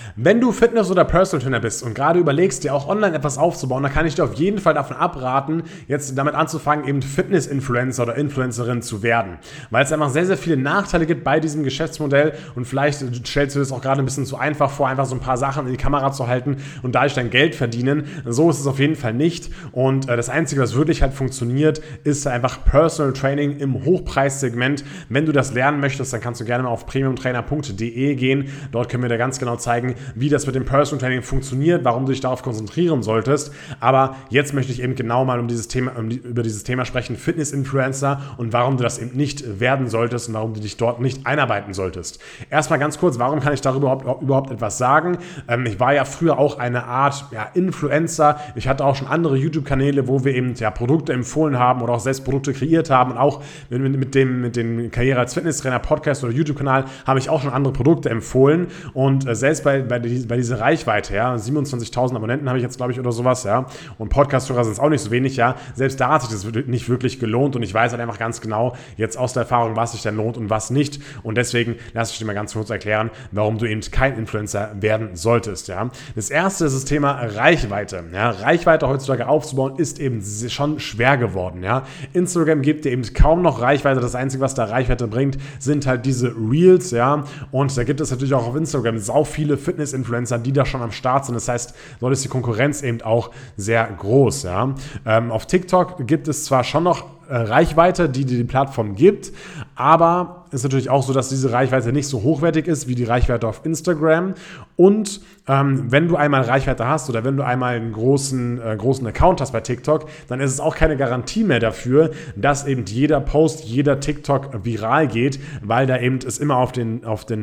Wenn du Fitness- oder Personal Trainer bist und gerade überlegst, dir auch online etwas aufzubauen, dann kann ich dir auf jeden Fall davon abraten, jetzt damit anzufangen, eben Fitness-Influencer oder Influencerin zu werden. Weil es einfach sehr, sehr viele Nachteile gibt bei diesem Geschäftsmodell und vielleicht stellst du das auch gerade ein bisschen zu einfach vor, einfach so ein paar Sachen in die Kamera zu halten und dadurch dein Geld verdienen. So ist es auf jeden Fall nicht. Und das Einzige, was wirklich halt funktioniert, ist einfach Personal Training im Hochpreissegment. Wenn du das lernen möchtest, dann kannst du gerne mal auf premiumtrainer.de gehen. Dort können wir dir ganz genau zeigen, wie das mit dem Personal Training funktioniert, warum du dich darauf konzentrieren solltest. Aber jetzt möchte ich eben genau mal über dieses Thema sprechen, Fitness-Influencer, und warum du das eben nicht werden solltest und warum du dich dort nicht einarbeiten solltest. Erstmal ganz kurz, warum kann ich darüber überhaupt etwas sagen? Ich war ja früher auch eine Art Influencer. Ich hatte auch schon andere YouTube-Kanäle, wo wir eben Produkte empfohlen haben oder auch selbst Produkte kreiert haben, und auch mit dem Karriere als Fitnesstrainer Podcast oder YouTube-Kanal habe ich auch schon andere Produkte empfohlen, und selbst bei dieser Reichweite, 27.000 Abonnenten habe ich jetzt, glaube ich, oder sowas, und Podcast-Hörer sind es auch nicht so wenig, selbst da hat sich das nicht wirklich gelohnt, und ich weiß halt einfach ganz genau jetzt aus der Erfahrung, was sich denn lohnt und was nicht, und deswegen lass ich dir mal ganz kurz erklären, warum du eben kein Influencer werden solltest. Das erste ist das Thema Reichweite. Reichweite heutzutage aufzubauen ist eben schon schwer geworden. Instagram gibt dir eben kaum noch Reichweite. Das Einzige, was da Reichweite bringt, sind halt diese Reels. Und da gibt es natürlich auch auf Instagram sau viele Fitness-Influencer, die da schon am Start sind. Das heißt, dort ist die Konkurrenz eben auch sehr groß. Auf TikTok gibt es zwar schon noch Reichweite, die dir die Plattform gibt, aber ist natürlich auch so, dass diese Reichweite nicht so hochwertig ist wie die Reichweite auf Instagram. Und wenn du einmal Reichweite hast oder wenn du einmal einen großen Account hast bei TikTok, dann ist es auch keine Garantie mehr dafür, dass eben jeder Post, jeder TikTok viral geht, weil da eben es immer auf den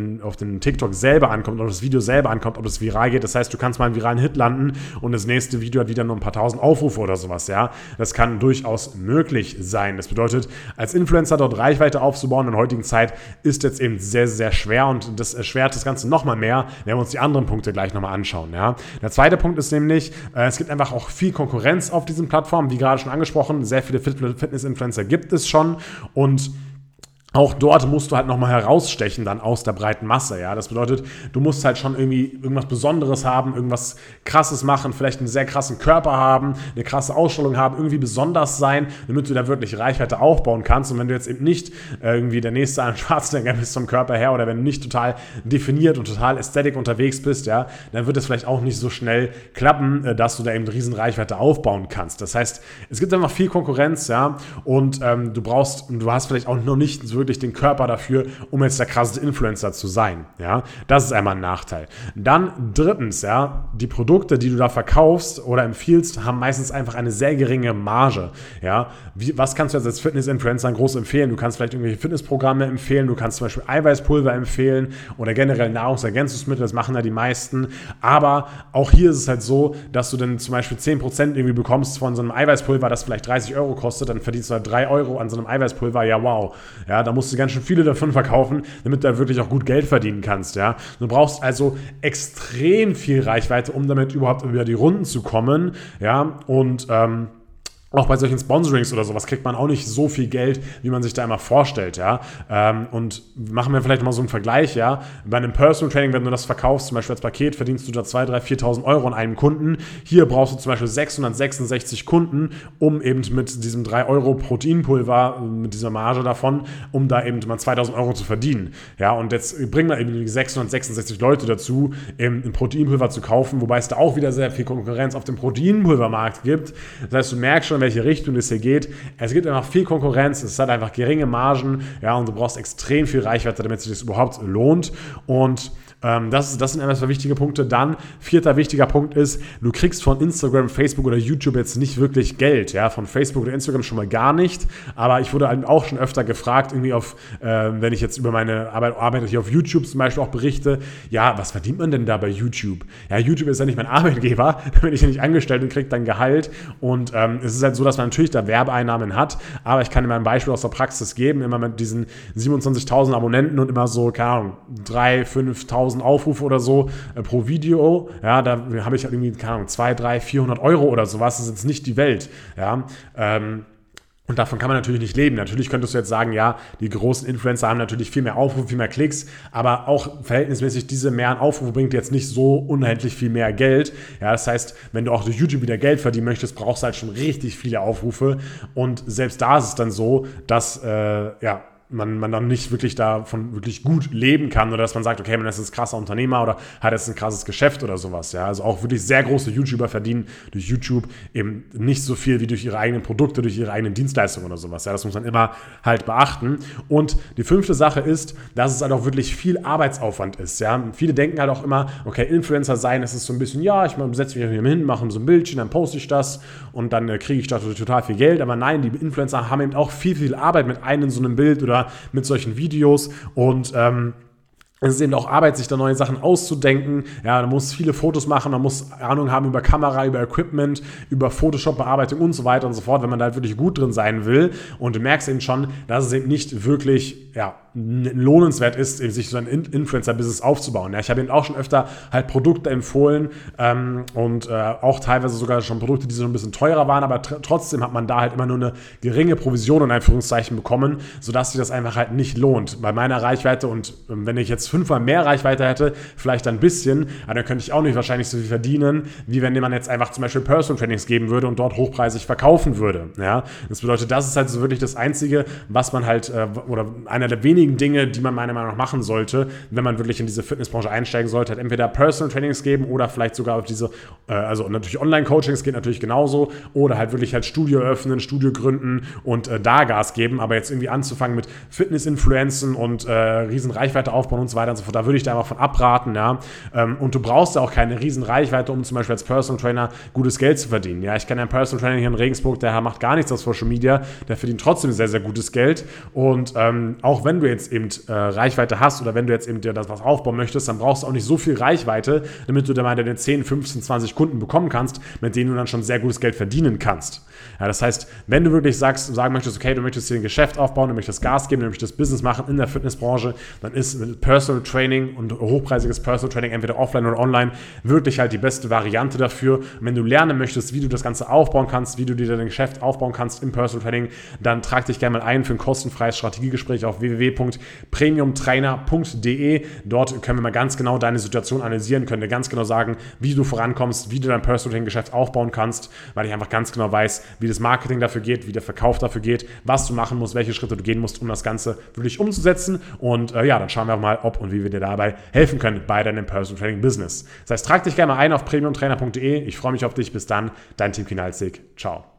TikTok selber ankommt, auf das Video selber ankommt, ob es viral geht. Das heißt, du kannst mal einen viralen Hit landen und das nächste Video hat wieder nur ein paar tausend Aufrufe oder sowas. Das kann durchaus möglich sein. Das bedeutet, als Influencer dort Reichweite aufzubauen in der heutigen Zeit ist jetzt eben sehr, sehr schwer, und das erschwert das Ganze nochmal mehr, wenn wir uns die anderen Punkte gleich nochmal anschauen. Der zweite Punkt ist nämlich, es gibt einfach auch viel Konkurrenz auf diesen Plattformen, wie gerade schon angesprochen, sehr viele Fitness-Influencer gibt es schon, und auch dort musst du halt nochmal herausstechen dann aus der breiten Masse. Das bedeutet, du musst halt schon irgendwie irgendwas Besonderes haben, irgendwas Krasses machen, vielleicht einen sehr krassen Körper haben, eine krasse Ausstrahlung haben, irgendwie besonders sein, damit du da wirklich Reichweite aufbauen kannst. Und wenn du jetzt eben nicht irgendwie der nächste Arnold Schwarzenegger bist vom Körper her, oder wenn du nicht total definiert und total ästhetisch unterwegs bist, dann wird es vielleicht auch nicht so schnell klappen, dass du da eben eine riesen Reichweite aufbauen kannst. Das heißt, es gibt einfach viel Konkurrenz, und du hast vielleicht auch noch nicht so wirklich den Körper dafür, um jetzt der krasseste Influencer zu sein. Das ist einmal ein Nachteil. Dann drittens, die Produkte, die du da verkaufst oder empfiehlst, haben meistens einfach eine sehr geringe Marge. Was kannst du jetzt als Fitness-Influencer groß empfehlen? Du kannst vielleicht irgendwelche Fitnessprogramme empfehlen, du kannst zum Beispiel Eiweißpulver empfehlen oder generell Nahrungsergänzungsmittel, das machen ja die meisten. Aber auch hier ist es halt so, dass du dann zum Beispiel 10% irgendwie bekommst von so einem Eiweißpulver, das vielleicht 30 Euro kostet, dann verdienst du halt 3 Euro an so einem Eiweißpulver, wow. Da musst du ganz schön viele davon verkaufen, damit du da wirklich auch gut Geld verdienen kannst. Du brauchst also extrem viel Reichweite, um damit überhaupt über die Runden zu kommen. Und auch bei solchen Sponsorings oder sowas kriegt man auch nicht so viel Geld, wie man sich da immer vorstellt, und machen wir vielleicht mal so einen Vergleich, bei einem Personal Training, wenn du das verkaufst, zum Beispiel als Paket, verdienst du da 2.000, 3.000, 4.000 Euro an einem Kunden. Hier brauchst du zum Beispiel 666 Kunden, um eben mit diesem 3 Euro Proteinpulver, mit dieser Marge davon, um da eben mal 2.000 Euro zu verdienen. Und jetzt bringen wir eben die 666 Leute dazu, eben ein Proteinpulver zu kaufen, wobei es da auch wieder sehr viel Konkurrenz auf dem Proteinpulvermarkt gibt. Das heißt, du merkst schon, in welche Richtung es hier geht. Es gibt einfach viel Konkurrenz, es hat einfach geringe Margen, und du brauchst extrem viel Reichweite, damit sich das überhaupt lohnt. Und das sind erstmal wichtige Punkte. Dann, vierter wichtiger Punkt ist, du kriegst von Instagram, Facebook oder YouTube jetzt nicht wirklich Geld. Von Facebook oder Instagram schon mal gar nicht. Aber ich wurde auch schon öfter gefragt, irgendwie wenn ich jetzt über meine Arbeit hier auf YouTube zum Beispiel auch berichte, was verdient man denn da bei YouTube? YouTube ist ja nicht mein Arbeitgeber, da bin ich ja nicht angestellt und kriege dann Gehalt. Und es ist halt so, dass man natürlich da Werbeeinnahmen hat. Aber ich kann dir mal ein Beispiel aus der Praxis geben, immer mit diesen 27.000 Abonnenten und immer so, keine Ahnung, 3.000, 5.000 Aufrufe oder so pro Video, da habe ich halt irgendwie, keine Ahnung, 200, 300, 400 Euro oder sowas, das ist jetzt nicht die Welt, Und davon kann man natürlich nicht leben. Natürlich könntest du jetzt sagen, ja, die großen Influencer haben natürlich viel mehr Aufrufe, viel mehr Klicks, aber auch verhältnismäßig diese mehr Aufrufe bringt jetzt nicht so unendlich viel mehr Geld. Ja, das heißt, wenn du auch durch YouTube wieder Geld verdienen möchtest, brauchst du halt schon richtig viele Aufrufe. Und selbst da ist es dann so, dass, man dann nicht wirklich davon wirklich gut leben kann oder dass man sagt, okay, man ist jetzt ein krasser Unternehmer oder hat jetzt ein krasses Geschäft oder sowas. Ja, also auch wirklich sehr große YouTuber verdienen durch YouTube eben nicht so viel wie durch ihre eigenen Produkte, durch ihre eigenen Dienstleistungen oder sowas. Ja, das muss man immer halt beachten. Und die 5. Sache ist, dass es halt auch wirklich viel Arbeitsaufwand ist. Ja, viele denken halt auch immer, okay, Influencer sein, das ist so ein bisschen, ja, ich setze mich hier hin, mache so ein Bildchen, dann poste ich das und dann kriege ich da total viel Geld. Aber nein, die Influencer haben eben auch viel Arbeit mit einem in so einem Bild oder mit solchen Videos und es ist eben auch Arbeit, sich da neue Sachen auszudenken. Ja, man muss viele Fotos machen, man muss Ahnung haben über Kamera, über Equipment, über Photoshop-Bearbeitung und so weiter und so fort, wenn man da halt wirklich gut drin sein will. Und du merkst eben schon, dass es eben nicht wirklich lohnenswert ist, eben sich so ein Influencer-Business aufzubauen. Ja, ich habe eben auch schon öfter halt Produkte empfohlen und auch teilweise sogar schon Produkte, die so ein bisschen teurer waren, aber trotzdem hat man da halt immer nur eine geringe Provision in Anführungszeichen bekommen, sodass sich das einfach halt nicht lohnt. Bei meiner Reichweite und wenn ich jetzt 5-mal mehr Reichweite hätte, vielleicht ein bisschen, aber dann könnte ich auch nicht wahrscheinlich so viel verdienen, wie wenn man jetzt einfach zum Beispiel Personal Trainings geben würde und dort hochpreisig verkaufen würde. Ja? Das bedeutet, das ist halt so wirklich das Einzige, was man halt, oder einer der wenigen Dinge, die man meiner Meinung nach machen sollte, wenn man wirklich in diese Fitnessbranche einsteigen sollte, halt entweder Personal Trainings geben oder vielleicht sogar auf diese, also natürlich Online-Coachings geht natürlich genauso, oder halt wirklich halt Studio öffnen, Studio gründen und da Gas geben, aber jetzt irgendwie anzufangen mit Fitness-Influenzen und riesen Reichweite aufbauen und so weiter und so fort, da würde ich da einfach von abraten, ja. Und du brauchst ja auch keine riesen Reichweite, um zum Beispiel als Personal Trainer gutes Geld zu verdienen. Ja, ich kenne einen Personal Trainer hier in Regensburg, der macht gar nichts auf Social Media, der verdient trotzdem sehr, sehr gutes Geld. Und auch wenn du jetzt eben Reichweite hast oder wenn du jetzt eben dir das was aufbauen möchtest, dann brauchst du auch nicht so viel Reichweite, damit du da mal deine 10, 15, 20 Kunden bekommen kannst, mit denen du dann schon sehr gutes Geld verdienen kannst. Ja, das heißt, wenn du wirklich sagen möchtest, okay, du möchtest hier ein Geschäft aufbauen, du möchtest Gas geben, du möchtest Business machen in der Fitnessbranche, dann ist Personal Training und hochpreisiges Personal Training, entweder offline oder online, wirklich halt die beste Variante dafür. Und wenn du lernen möchtest, wie du das Ganze aufbauen kannst, wie du dir dein Geschäft aufbauen kannst im Personal Training, dann trag dich gerne mal ein für ein kostenfreies Strategiegespräch auf www.premiumtrainer.de. Dort können wir mal ganz genau deine Situation analysieren, können dir ganz genau sagen, wie du vorankommst, wie du dein Personal Training Geschäft aufbauen kannst, weil ich einfach ganz genau weiß, wie das Marketing dafür geht, wie der Verkauf dafür geht, was du machen musst, welche Schritte du gehen musst, um das Ganze wirklich umzusetzen. Und dann schauen wir mal, ob und wie wir dir dabei helfen können bei deinem Personal Training Business. Das heißt, trag dich gerne mal ein auf premiumtrainer.de. Ich freue mich auf dich. Bis dann, dein Team Kinalzig. Ciao.